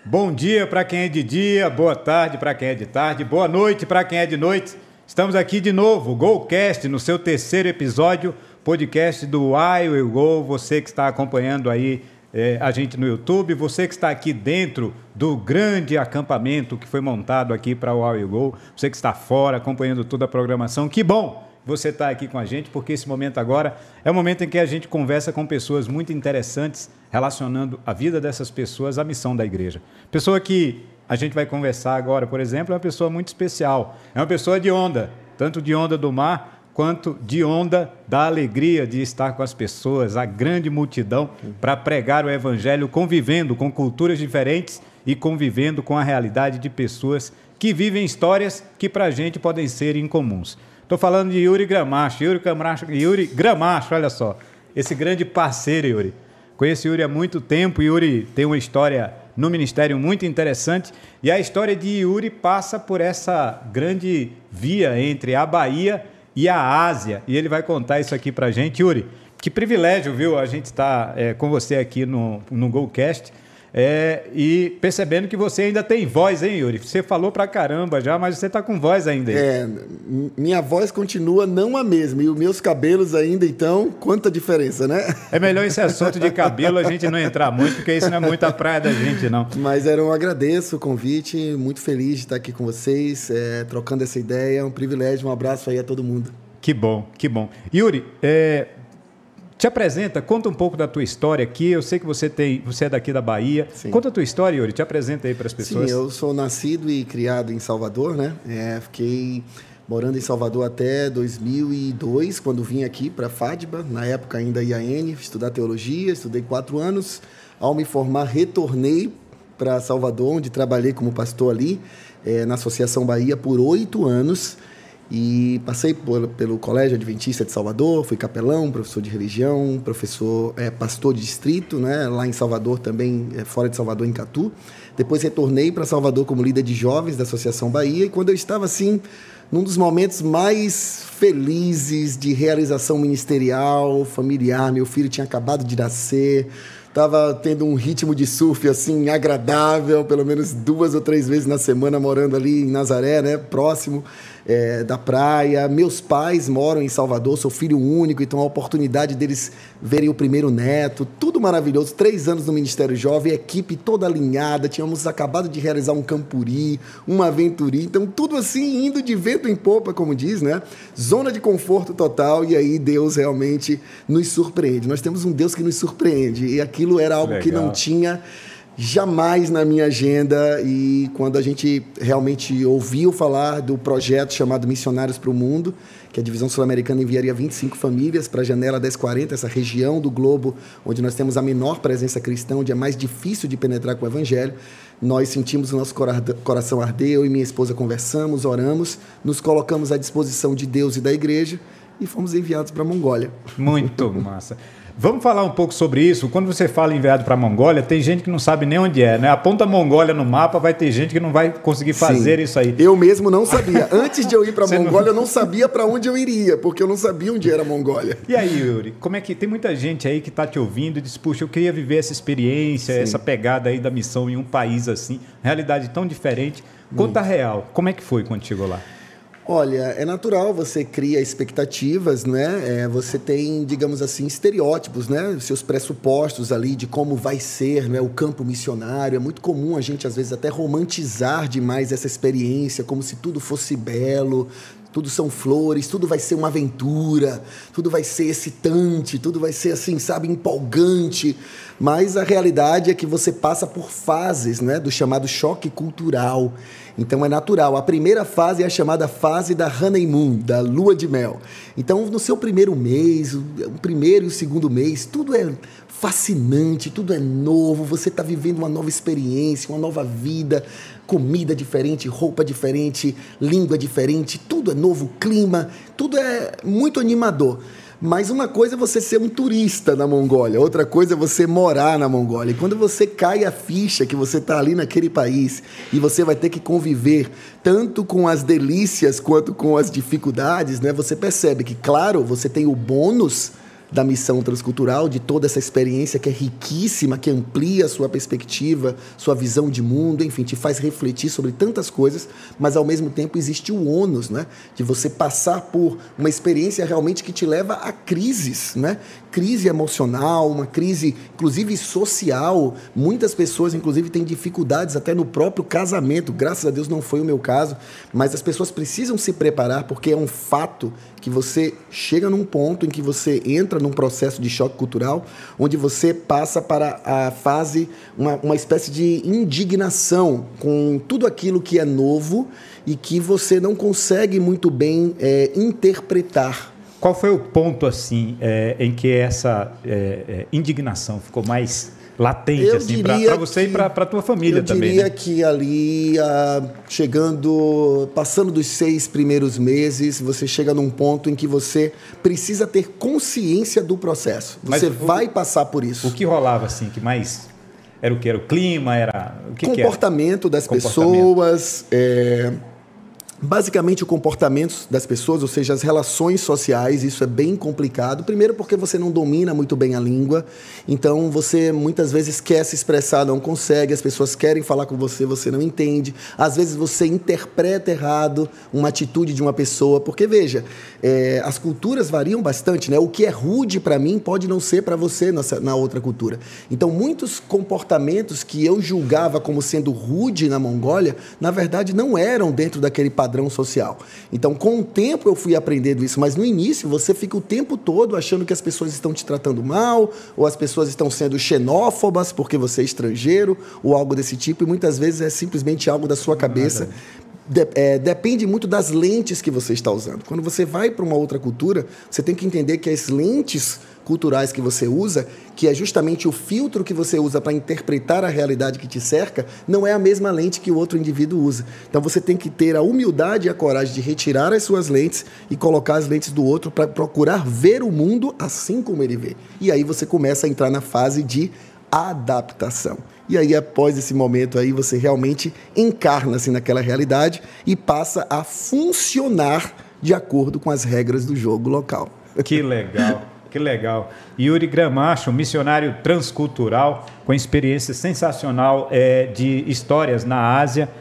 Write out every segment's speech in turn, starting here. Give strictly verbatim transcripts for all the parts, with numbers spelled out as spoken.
Bom dia para quem é de dia, boa tarde para quem é de tarde, boa noite para quem é de noite. Estamos aqui de novo, GoCast, no seu terceiro episódio, podcast do I Will Go. Você que está acompanhando aí é, a gente no YouTube, você que está aqui dentro do grande acampamento que foi montado aqui para o I Will Go, você que está fora acompanhando toda a programação, que bom você está aqui com a gente, porque esse momento agora é o momento em que a gente conversa com pessoas muito interessantes, relacionando a vida dessas pessoas à missão da igreja. Pessoa que a gente vai conversar agora, por exemplo, é uma pessoa muito especial. É uma pessoa de onda, tanto de onda do mar, quanto de onda da alegria de estar com as pessoas, a grande multidão, para pregar o evangelho, convivendo com culturas diferentes e convivendo com a realidade de pessoas que vivem histórias que para a gente podem ser incomuns. Estou falando de Yuri Gramacho. Yuri Gramacho, Yuri Gramacho, olha só, esse grande parceiro, Yuri. Conheço Yuri há muito tempo. Yuri tem uma história no ministério muito interessante. E a história de Yuri passa por essa grande via entre a Bahia e a Ásia. E ele vai contar isso aqui para a gente. Yuri, que privilégio, viu? A gente está é, com você aqui no, no GoCast. É, e percebendo que você ainda tem voz, hein, Yuri? Você falou pra caramba já, mas você está com voz ainda. Hein? É, minha voz continua não a mesma. E os meus cabelos ainda, então, quanta diferença, né? É melhor esse assunto de cabelo a gente não entrar muito, porque isso não é muito a praia da gente, não. Mas era um agradeço o convite, muito feliz de estar aqui com vocês, é, trocando essa ideia. É um privilégio, um abraço aí a todo mundo. Que bom, que bom. Yuri, é... te apresenta, conta um pouco da tua história aqui. Eu sei que você, tem, você é daqui da Bahia. Sim. Conta a tua história, Yuri. Te apresenta aí para as pessoas. Sim, eu sou nascido e criado em Salvador, né? É, fiquei morando em Salvador até dois mil e dois, quando vim aqui para a FADBA, na época ainda I A N, estudar teologia. Estudei quatro anos. Ao me formar, retornei para Salvador, onde trabalhei como pastor ali, é, na Associação Bahia, por oito anos. E passei por, pelo Colégio Adventista de Salvador, fui capelão, professor de religião, professor, é, pastor de distrito, né, lá em Salvador também, é, fora de Salvador, em Catu. Depois retornei para Salvador como líder de jovens da Associação Bahia, e quando eu estava assim, num dos momentos mais felizes de realização ministerial, familiar, meu filho tinha acabado de nascer, estava tendo um ritmo de surf assim agradável, pelo menos duas ou três vezes na semana, morando ali em Nazaré, né, próximo é, da praia. Meus pais moram em Salvador, sou filho único, então a oportunidade deles verem o primeiro neto, tudo maravilhoso. Três anos no Ministério Jovem, equipe toda alinhada, tínhamos acabado de realizar um campuri, uma aventuria, então tudo assim indo de vento em popa, como diz, né? Zona de conforto total, e aí Deus realmente nos surpreende. Nós temos um Deus que nos surpreende, e aquilo era algo Legal. Que não tinha jamais na minha agenda. E quando a gente realmente ouviu falar do projeto chamado Missionários para o Mundo, que a Divisão Sul-Americana enviaria vinte e cinco famílias para a Janela dez quarenta, essa região do globo onde nós temos a menor presença cristã, onde é mais difícil de penetrar com o Evangelho, nós sentimos o nosso coração arder. Eu e minha esposa conversamos, oramos, nos colocamos à disposição de Deus e da igreja e fomos enviados para a Mongólia. Muito massa. Vamos falar um pouco sobre isso. Quando você fala enviado para a Mongólia, tem gente que não sabe nem onde é, né? Aponta a Mongólia no mapa, vai ter gente que não vai conseguir fazer Sim. isso aí. Eu mesmo não sabia. Antes de eu ir para a Mongólia, não... eu não sabia para onde eu iria, porque eu não sabia onde era a Mongólia. E aí, Yuri, como é que tem muita gente aí que está te ouvindo e diz, puxa, eu queria viver essa experiência, Sim. essa pegada aí da missão em um país assim, realidade tão diferente. Conta hum. real, como é que foi quando chegou lá? Olha, é natural, você cria expectativas, né? É, você tem, digamos assim, estereótipos, né? Seus pressupostos ali de como vai ser, né? O campo missionário. É muito comum a gente, às vezes, até romantizar demais essa experiência, como se tudo fosse belo, tudo são flores, tudo vai ser uma aventura, tudo vai ser excitante, tudo vai ser, assim, sabe, empolgante. Mas a realidade é que você passa por fases, né? Do chamado choque cultural. Então é natural. A primeira fase é a chamada fase da honeymoon, da lua de mel. Então, no seu primeiro mês, o primeiro e o segundo mês, tudo é fascinante, tudo é novo, você está vivendo uma nova experiência, uma nova vida, comida diferente, roupa diferente, língua diferente, tudo é novo, clima, tudo é muito animador. Mas uma coisa é você ser um turista na Mongólia, outra coisa é você morar na Mongólia. E quando você cai a ficha que você está ali naquele país e você vai ter que conviver tanto com as delícias quanto com as dificuldades, né? Você percebe que, claro, você tem o bônus da missão transcultural, de toda essa experiência que é riquíssima, que amplia a sua perspectiva, sua visão de mundo, enfim, te faz refletir sobre tantas coisas, mas ao mesmo tempo existe o ônus, né, de você passar por uma experiência realmente que te leva a crises, né? Crise emocional, uma crise, inclusive social. Muitas pessoas, inclusive, têm dificuldades até no próprio casamento. Graças a Deus não foi o meu caso, mas as pessoas precisam se preparar, porque é um fato que você chega num ponto em que você entra num processo de choque cultural, onde você passa para a fase, uma, uma espécie de indignação com tudo aquilo que é novo e que você não consegue muito bem é, interpretar. Qual foi o ponto, assim, é, em que essa é, é, indignação ficou mais latente, eu assim, para você que, e para a tua família também? Eu diria né? que ali, ah, chegando, passando dos seis primeiros meses, você chega num ponto em que você precisa ter consciência do processo. Você Mas, vai o, passar por isso. O que rolava, assim, que mais... Era o que? Era o clima? Era o que Comportamento que era? das Comportamento. pessoas... É... Basicamente, o comportamento das pessoas, ou seja, as relações sociais, isso é bem complicado. Primeiro porque você não domina muito bem a língua, então você muitas vezes quer se expressar, não consegue, as pessoas querem falar com você, você não entende. Às vezes você interpreta errado uma atitude de uma pessoa, porque, veja, é, as culturas variam bastante, né? O que é rude para mim pode não ser para você nessa, na outra cultura. Então, muitos comportamentos que eu julgava como sendo rude na Mongólia, na verdade, não eram dentro daquele padrão padrão social. Então, com o tempo eu fui aprendendo isso, mas no início você fica o tempo todo achando que as pessoas estão te tratando mal, ou as pessoas estão sendo xenófobas porque você é estrangeiro, ou algo desse tipo, e muitas vezes é simplesmente algo da sua cabeça. De, é, depende muito das lentes que você está usando. Quando você vai para uma outra cultura, você tem que entender que as lentes culturais que você usa, que é justamente o filtro que você usa para interpretar a realidade que te cerca, não é a mesma lente que o outro indivíduo usa. Então você tem que ter a humildade e a coragem de retirar as suas lentes e colocar as lentes do outro para procurar ver o mundo assim como ele vê. E aí você começa a entrar na fase de adaptação. E aí, após esse momento aí, você realmente encarna-se naquela realidade e passa a funcionar de acordo com as regras do jogo local. Que legal, que legal. Yuri Gramacho, missionário transcultural, com experiência sensacional é, de histórias na Ásia.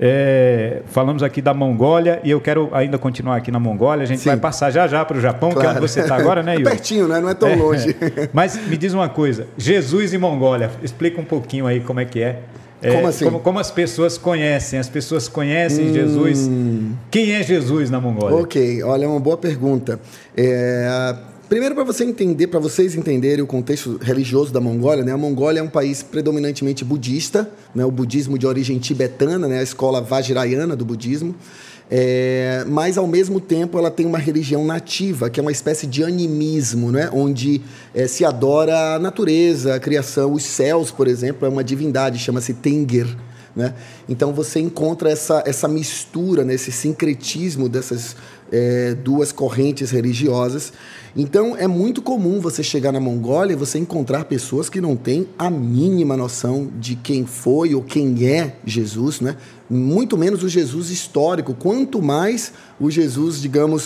É, falamos aqui da Mongólia e eu quero ainda continuar aqui na Mongólia. A gente Sim. vai passar já já para o Japão, claro. Que é onde você está agora, né, Yuri? É pertinho, né? Não é tão é, longe. É. Mas me diz uma coisa, Jesus e Mongólia, explica um pouquinho aí como é que é. É, como assim? Como, como as pessoas conhecem? As pessoas conhecem hum... Jesus? Quem é Jesus na Mongólia? Ok, olha, é uma boa pergunta. É... Primeiro, para você entender, para vocês entenderem o contexto religioso da Mongólia, né? A Mongólia é um país predominantemente budista, né? O budismo de origem tibetana, né? A escola vajrayana do budismo. É, mas, ao mesmo tempo, ela tem uma religião nativa, que é uma espécie de animismo, né? Onde é, se adora a natureza, a criação, os céus, por exemplo, é uma divindade, chama-se Tengir. Né? Então você encontra essa, essa mistura, né? Esse sincretismo dessas é, duas correntes religiosas. Então é muito comum você chegar na Mongólia e você encontrar pessoas que não têm a mínima noção de quem foi ou quem é Jesus, né? Muito menos o Jesus histórico, quanto mais o Jesus, digamos,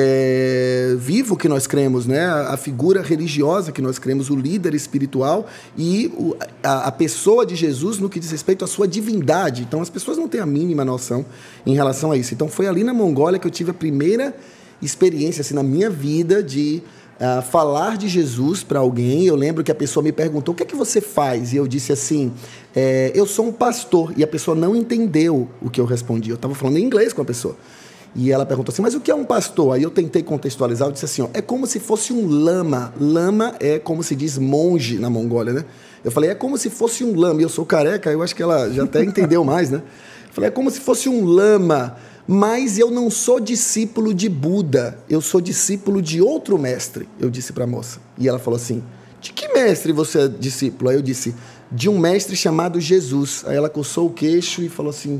é, vivo que nós cremos, né? A figura religiosa que nós cremos, o líder espiritual e o, a, a pessoa de Jesus no que diz respeito à sua divindade. Então as pessoas não têm a mínima noção em relação a isso. Então foi ali na Mongólia que eu tive a primeira experiência assim, na minha vida de uh, falar de Jesus para alguém. Eu lembro que a pessoa me perguntou, o que é que você faz? E eu disse assim, é, eu sou um pastor. E a pessoa não entendeu o que eu respondi. Eu estava falando em inglês com a pessoa. E ela perguntou assim, mas o que é um pastor? Aí eu tentei contextualizar, eu disse assim, ó, é como se fosse um lama. Lama é como se diz monge na Mongólia, né? Eu falei, é como se fosse um lama. E eu sou careca, eu acho que ela já até entendeu mais, né? Eu falei, é como se fosse um lama, mas eu não sou discípulo de Buda, eu sou discípulo de outro mestre, eu disse para a moça. E ela falou assim, de que mestre você é discípulo? Aí eu disse, de um mestre chamado Jesus. Aí ela coçou o queixo e falou assim,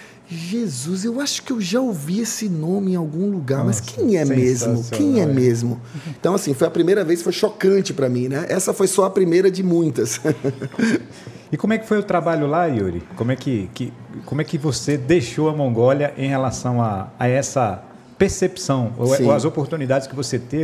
Jesus, eu acho que eu já ouvi esse nome em algum lugar, Nossa, mas quem é mesmo? Quem é mesmo? Então, assim, foi a primeira vez, foi chocante para mim, né? Essa foi só a primeira de muitas. E como é que foi o trabalho lá, Yuri? Como é que, que, como é que você deixou a Mongólia em relação a, a essa percepção, ou, ou as oportunidades que você teve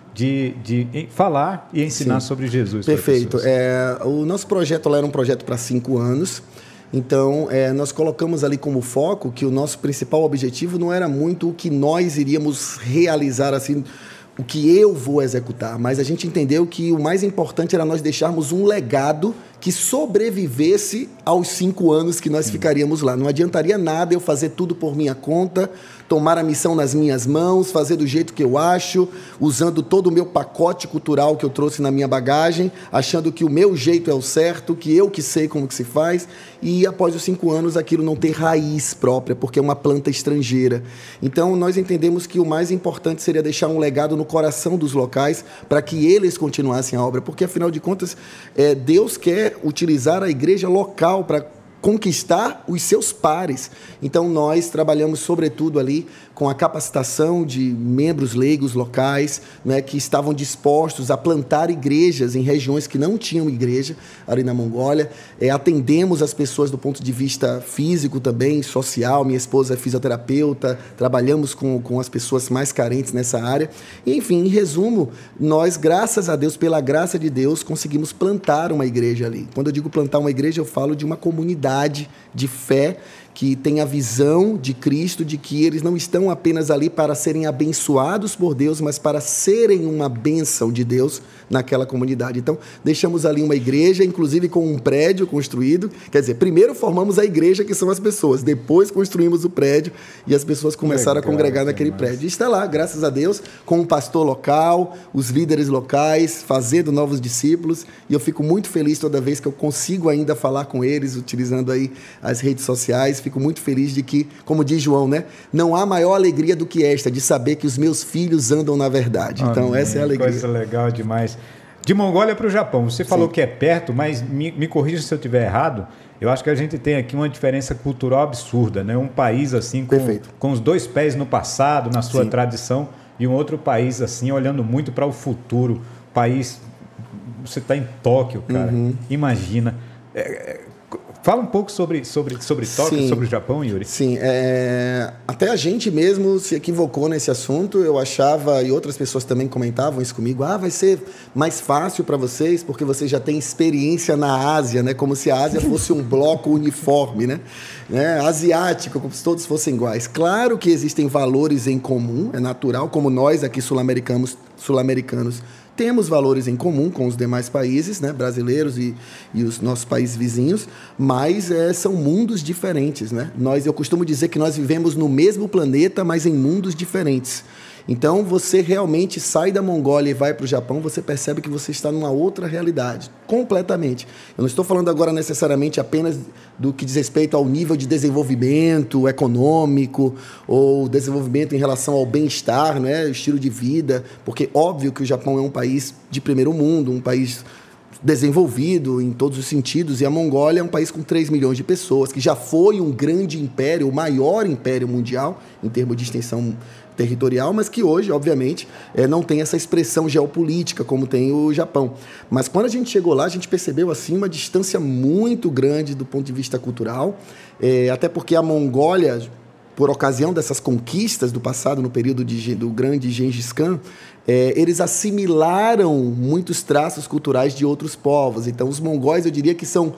de, de falar e ensinar Sim. sobre Jesus. Perfeito. É, o nosso projeto lá era um projeto para cinco anos. Então, é, nós colocamos ali como foco que o nosso principal objetivo não era muito o que nós iríamos realizar, assim, o que eu vou executar, mas a gente entendeu que o mais importante era nós deixarmos um legado que sobrevivesse aos cinco anos que nós Sim. ficaríamos lá. Não adiantaria nada eu fazer tudo por minha conta, tomar a missão nas minhas mãos, fazer do jeito que eu acho, usando todo o meu pacote cultural que eu trouxe na minha bagagem, achando que o meu jeito é o certo, que eu que sei como que se faz, e após os cinco anos aquilo não ter raiz própria, porque é uma planta estrangeira. Então, nós entendemos que o mais importante seria deixar um legado no coração dos locais para que eles continuassem a obra, porque, afinal de contas, é, Deus quer utilizar a igreja local para conquistar os seus pares. Então, nós trabalhamos, sobretudo, ali com a capacitação de membros leigos locais, né, que estavam dispostos a plantar igrejas em regiões que não tinham igreja, ali na Mongólia. É, atendemos as pessoas do ponto de vista físico também, social. Minha esposa é fisioterapeuta, trabalhamos com, com as pessoas mais carentes nessa área. E, enfim, em resumo, nós, graças a Deus, pela graça de Deus, conseguimos plantar uma igreja ali. Quando eu digo plantar uma igreja, eu falo de uma comunidade de fé que tem a visão de Cristo, de que eles não estão apenas ali para serem abençoados por Deus, mas para serem uma bênção de Deus naquela comunidade. Então, deixamos ali uma igreja, inclusive com um prédio construído. Quer dizer, primeiro formamos a igreja, que são as pessoas, depois construímos o prédio e as pessoas começaram Legal, a congregar naquele demais. prédio. E está lá, graças a Deus, com o pastor local, os líderes locais, fazendo novos discípulos, e eu fico muito feliz toda vez que eu consigo ainda falar com eles, utilizando aí as redes sociais. Fico muito feliz de que, como diz João, né, não há maior alegria do que esta, de saber que os meus filhos andam na verdade. Então, Amém. essa é a alegria. Coisa legal demais. De Mongólia para o Japão, você falou Sim. que é perto, mas me, me corrija se eu estiver errado, eu acho que a gente tem aqui uma diferença cultural absurda, né? Um país assim com, com os dois pés no passado, na sua Sim. tradição, e um outro país assim olhando muito para o futuro. País, você está em Tóquio, cara, uhum. imagina. É, é, Fala um pouco sobre, sobre, sobre Tóquio, sobre o Japão, Yuri. Sim, é... até a gente mesmo se equivocou nesse assunto. Eu achava, e outras pessoas também comentavam isso comigo, ah, vai ser mais fácil para vocês porque vocês já têm experiência na Ásia, né? Como se a Ásia fosse um bloco uniforme, né? né? Asiático, como se todos fossem iguais. Claro que existem valores em comum, é natural, como nós aqui sul-americanos, sul-americanos temos valores em comum com os demais países, né, brasileiros e, e os nossos países vizinhos, mas é, são mundos diferentes, né? Nós, eu costumo dizer que nós vivemos no mesmo planeta, mas em mundos diferentes. Então, você realmente sai da Mongólia e vai para o Japão, você percebe que você está numa outra realidade, completamente. Eu não estou falando agora necessariamente apenas do que diz respeito ao nível de desenvolvimento econômico ou desenvolvimento em relação ao bem-estar, né, estilo de vida, porque óbvio que o Japão é um país de primeiro mundo, um país desenvolvido em todos os sentidos, e a Mongólia é um país com três milhões de pessoas, que já foi um grande império, o maior império mundial em termos de extensão territorial, mas que hoje, obviamente, é, não tem essa expressão geopolítica como tem o Japão. Mas quando a gente chegou lá, a gente percebeu assim uma distância muito grande do ponto de vista cultural, é, até porque a Mongólia, por ocasião dessas conquistas do passado, no período de, do grande Gengis Khan, é, eles assimilaram muitos traços culturais de outros povos. Então, os mongóis, eu diria que são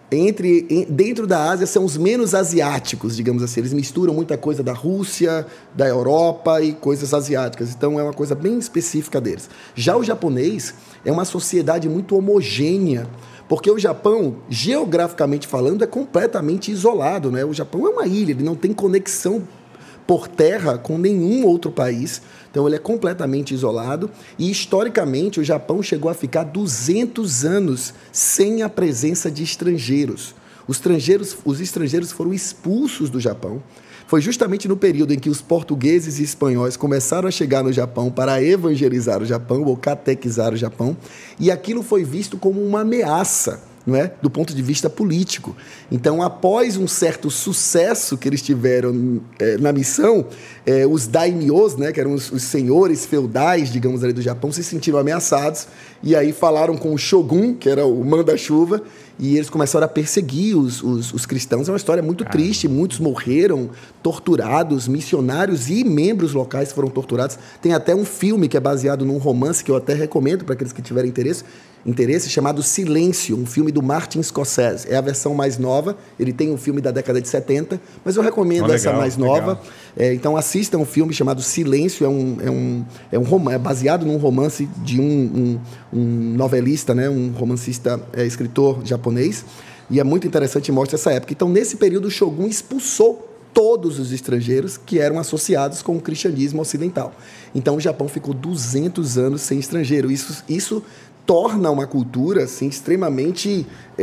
Entre, dentro da Ásia, são os menos asiáticos, digamos assim. Eles misturam muita coisa da Rússia, da Europa e coisas asiáticas. Então, é uma coisa bem específica deles. Já o japonês é uma sociedade muito homogênea, porque o Japão, geograficamente falando, é completamente isolado, né? O Japão é uma ilha, ele não tem conexão por terra com nenhum outro país. Então, ele é completamente isolado e, historicamente, o Japão chegou a ficar duzentos anos sem a presença de estrangeiros. Os estrangeiros, os estrangeiros foram expulsos do Japão. Foi justamente no período em que os portugueses e espanhóis começaram a chegar no Japão para evangelizar o Japão ou catequizar o Japão, e aquilo foi visto como uma ameaça não é? Do ponto de vista político. Então, após um certo sucesso que eles tiveram é, na missão, é, os daimyos, né, que eram os, os senhores feudais, digamos, ali do Japão, se sentiram ameaçados e aí falaram com o shogun, que era o manda-chuva, e eles começaram a perseguir os, os, os cristãos. É uma história muito ah. triste, muitos morreram torturados, missionários e membros locais foram torturados. Tem até um filme que é baseado num romance que eu até recomendo para aqueles que tiverem interesse, interesse, chamado Silêncio, um filme do Martin Scorsese. É a versão mais nova, ele tem um filme da década de setenta, mas eu recomendo oh, essa legal, mais nova. É, então assistam um filme chamado Silêncio, é, um, é, um, é, um rom- é baseado num romance de um, um, um novelista, né, um romancista, é, escritor japonês, e é muito interessante e mostra essa época. Então, nesse período, o Shogun expulsou todos os estrangeiros que eram associados com o cristianismo ocidental. Então, o Japão ficou duzentos anos sem estrangeiro. Isso... isso torna uma cultura assim, extremamente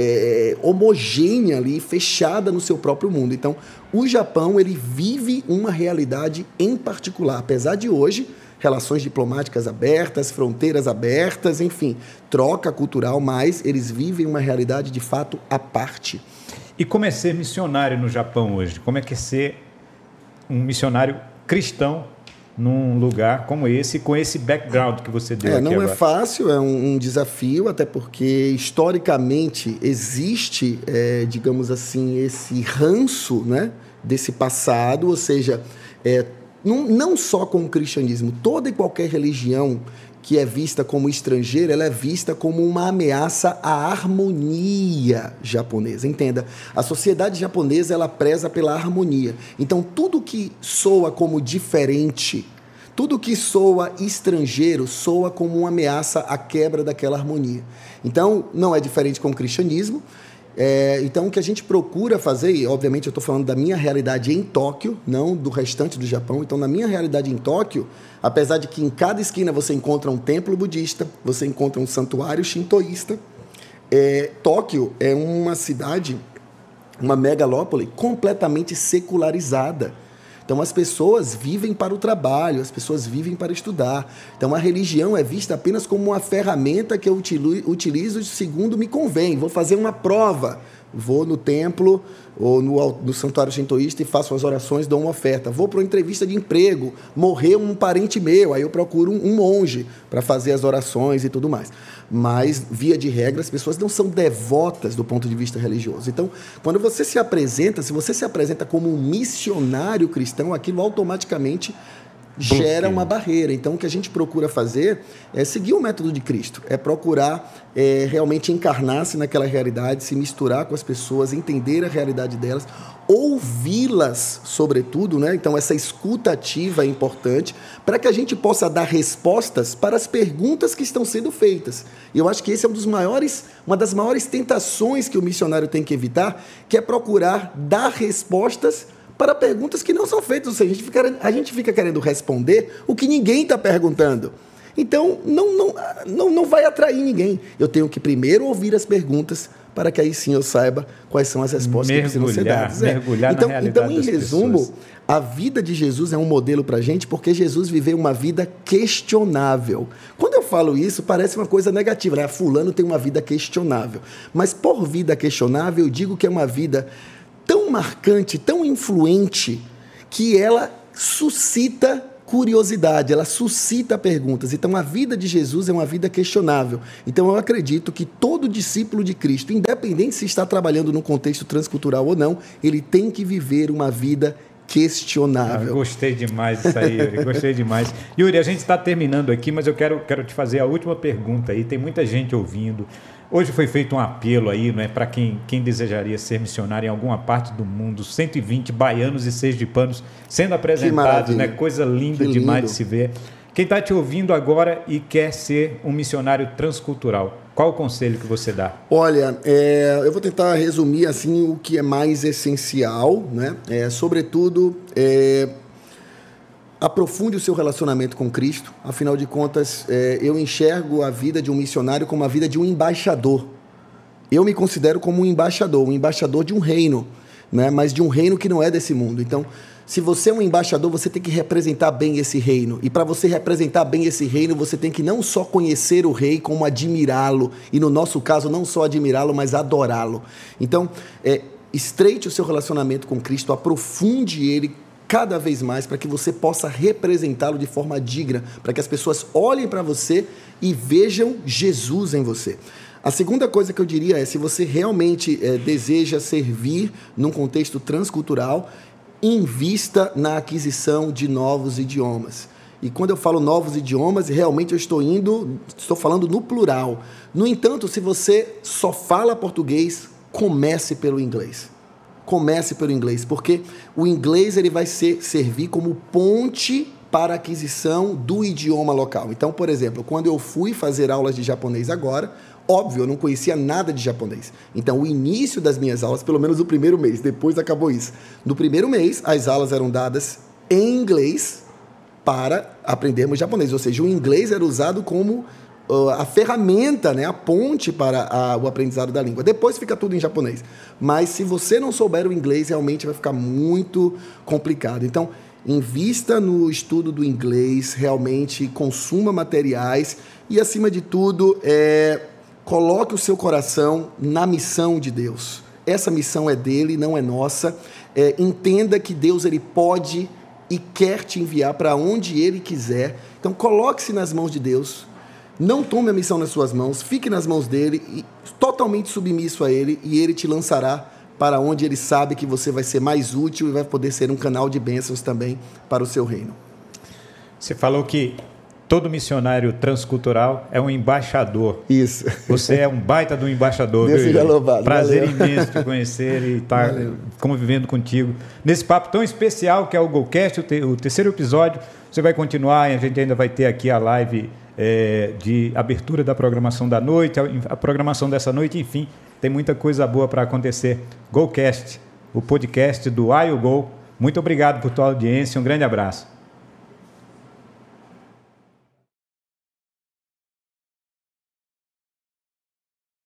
é, homogênea ali, fechada no seu próprio mundo. Então, o Japão ele vive uma realidade em particular, apesar de hoje relações diplomáticas abertas, fronteiras abertas, enfim, troca cultural, mas eles vivem uma realidade de fato à parte. E como é ser missionário no Japão hoje? Como é que é ser um missionário cristão num lugar como esse, com esse background que você deu é, aqui não agora? É fácil, é um, um desafio, até porque historicamente existe, é, digamos assim, esse ranço, né, desse passado, ou seja, é, não, não só com o cristianismo, toda e qualquer religião que é vista como estrangeira, ela é vista como uma ameaça à harmonia japonesa. Entenda, a sociedade japonesa ela preza pela harmonia. Então, tudo que soa como diferente, tudo que soa estrangeiro, soa como uma ameaça à quebra daquela harmonia. Então, não é diferente com o cristianismo. É, então, o que a gente procura fazer, e obviamente eu estou falando da minha realidade em Tóquio, não do restante do Japão. Então, na minha realidade em Tóquio, apesar de que em cada esquina você encontra um templo budista, você encontra um santuário shintoísta, é, Tóquio é uma cidade, uma megalópole completamente secularizada. Então, as pessoas vivem para o trabalho, as pessoas vivem para estudar. Então, a religião é vista apenas como uma ferramenta que eu utilizo segundo me convém. Vou fazer uma prova, vou no templo ou no, no santuário shintoísta e faço as orações, dou uma oferta. Vou para uma entrevista de emprego, morreu um parente meu, aí eu procuro um, um monge para fazer as orações e tudo mais. Mas, via de regra, as pessoas não são devotas do ponto de vista religioso. Então, quando você se apresenta, se você se apresenta como um missionário cristão, aquilo automaticamente gera uma barreira. Então, o que a gente procura fazer é seguir o método de Cristo, é procurar é, realmente encarnar-se naquela realidade, se misturar com as pessoas, entender a realidade delas, ouvi-las, sobretudo, né? Então, essa escuta ativa é importante para que a gente possa dar respostas para as perguntas que estão sendo feitas. E eu acho que esse é um dos maiores, uma das maiores tentações que o missionário tem que evitar, que é procurar dar respostas para perguntas que não são feitas. Ou seja, a gente fica, a gente fica querendo responder o que ninguém está perguntando. Então, não, não, não, não vai atrair ninguém. Eu tenho que primeiro ouvir as perguntas para que aí sim eu saiba quais são as respostas mergulhar, que precisam ser dadas. É. Mergulhar então, na realidade então, em resumo, pessoas. A vida de Jesus é um modelo para a gente porque Jesus viveu uma vida questionável. Quando eu falo isso, parece uma coisa negativa, né? Fulano tem uma vida questionável. Mas por vida questionável, eu digo que é uma vida tão marcante, tão influente, que ela suscita curiosidade, ela suscita perguntas. Então, a vida de Jesus é uma vida questionável. Então, eu acredito que todo discípulo de Cristo, independente se está trabalhando num contexto transcultural ou não, ele tem que viver uma vida questionável. Ah, gostei demais disso aí, Yuri, gostei demais. Yuri, a gente está terminando aqui, mas eu quero, quero te fazer a última pergunta aí. Tem muita gente ouvindo. Hoje foi feito um apelo aí, né, para quem, quem desejaria ser missionário em alguma parte do mundo, cento e vinte baianos e sergipanos sendo apresentados, né, coisa linda que demais lindo. De se ver. Quem está te ouvindo agora e quer ser um missionário transcultural, qual o conselho que você dá? Olha, é, eu vou tentar resumir assim o que é mais essencial, né? É, sobretudo, é, aprofunde o seu relacionamento com Cristo. Afinal de contas, é, eu enxergo a vida de um missionário como a vida de um embaixador. Eu me considero como um embaixador, um embaixador de um reino, né? Mas de um reino que não é desse mundo. Então, Se você é um embaixador, você tem que representar bem esse reino. E para você representar bem esse reino, você tem que não só conhecer o rei, como admirá-lo. E no nosso caso, não só admirá-lo, mas adorá-lo. Então, é, estreite o seu relacionamento com Cristo, aprofunde ele cada vez mais para que você possa representá-lo de forma digna, para que as pessoas olhem para você e vejam Jesus em você. A segunda coisa que eu diria é, se você realmente é, deseja servir num contexto transcultural, invista na aquisição de novos idiomas. E quando eu falo novos idiomas, realmente eu estou indo, estou falando no plural. No entanto, se você só fala português, comece pelo inglês. Comece pelo inglês, porque o inglês ele vai ser, servir como ponte para a aquisição do idioma local. Então, por exemplo, quando eu fui fazer aulas de japonês agora, óbvio, eu não conhecia nada de japonês. Então, o início das minhas aulas, pelo menos o primeiro mês, depois acabou isso. No primeiro mês, as aulas eram dadas em inglês para aprendermos japonês. Ou seja, o inglês era usado como uh, a ferramenta, né, a ponte para a, o aprendizado da língua. Depois fica tudo em japonês. Mas se você não souber o inglês, realmente vai ficar muito complicado. Então, invista no estudo do inglês, realmente consuma materiais e, acima de tudo, é... coloque o seu coração na missão de Deus. Essa missão é dele, não é nossa. É, entenda que Deus ele pode e quer te enviar para onde ele quiser. Então, coloque-se nas mãos de Deus. Não tome a missão nas suas mãos. Fique nas mãos dele, e totalmente submisso a ele, e ele te lançará para onde ele sabe que você vai ser mais útil e vai poder ser um canal de bênçãos também para o seu reino. Você falou que todo missionário transcultural é um embaixador. Isso. Você é um baita do embaixador. Deus seja louvado. Prazer Valeu. imenso te conhecer e estar Valeu. convivendo contigo. Nesse papo tão especial que é o GoCast, o, te, o terceiro episódio. Você vai continuar e a gente ainda vai ter aqui a live é, de abertura da programação da noite, a, a programação dessa noite, enfim, tem muita coisa boa para acontecer. GoCast, o podcast do I U Go. Muito obrigado por tua audiência, um grande abraço.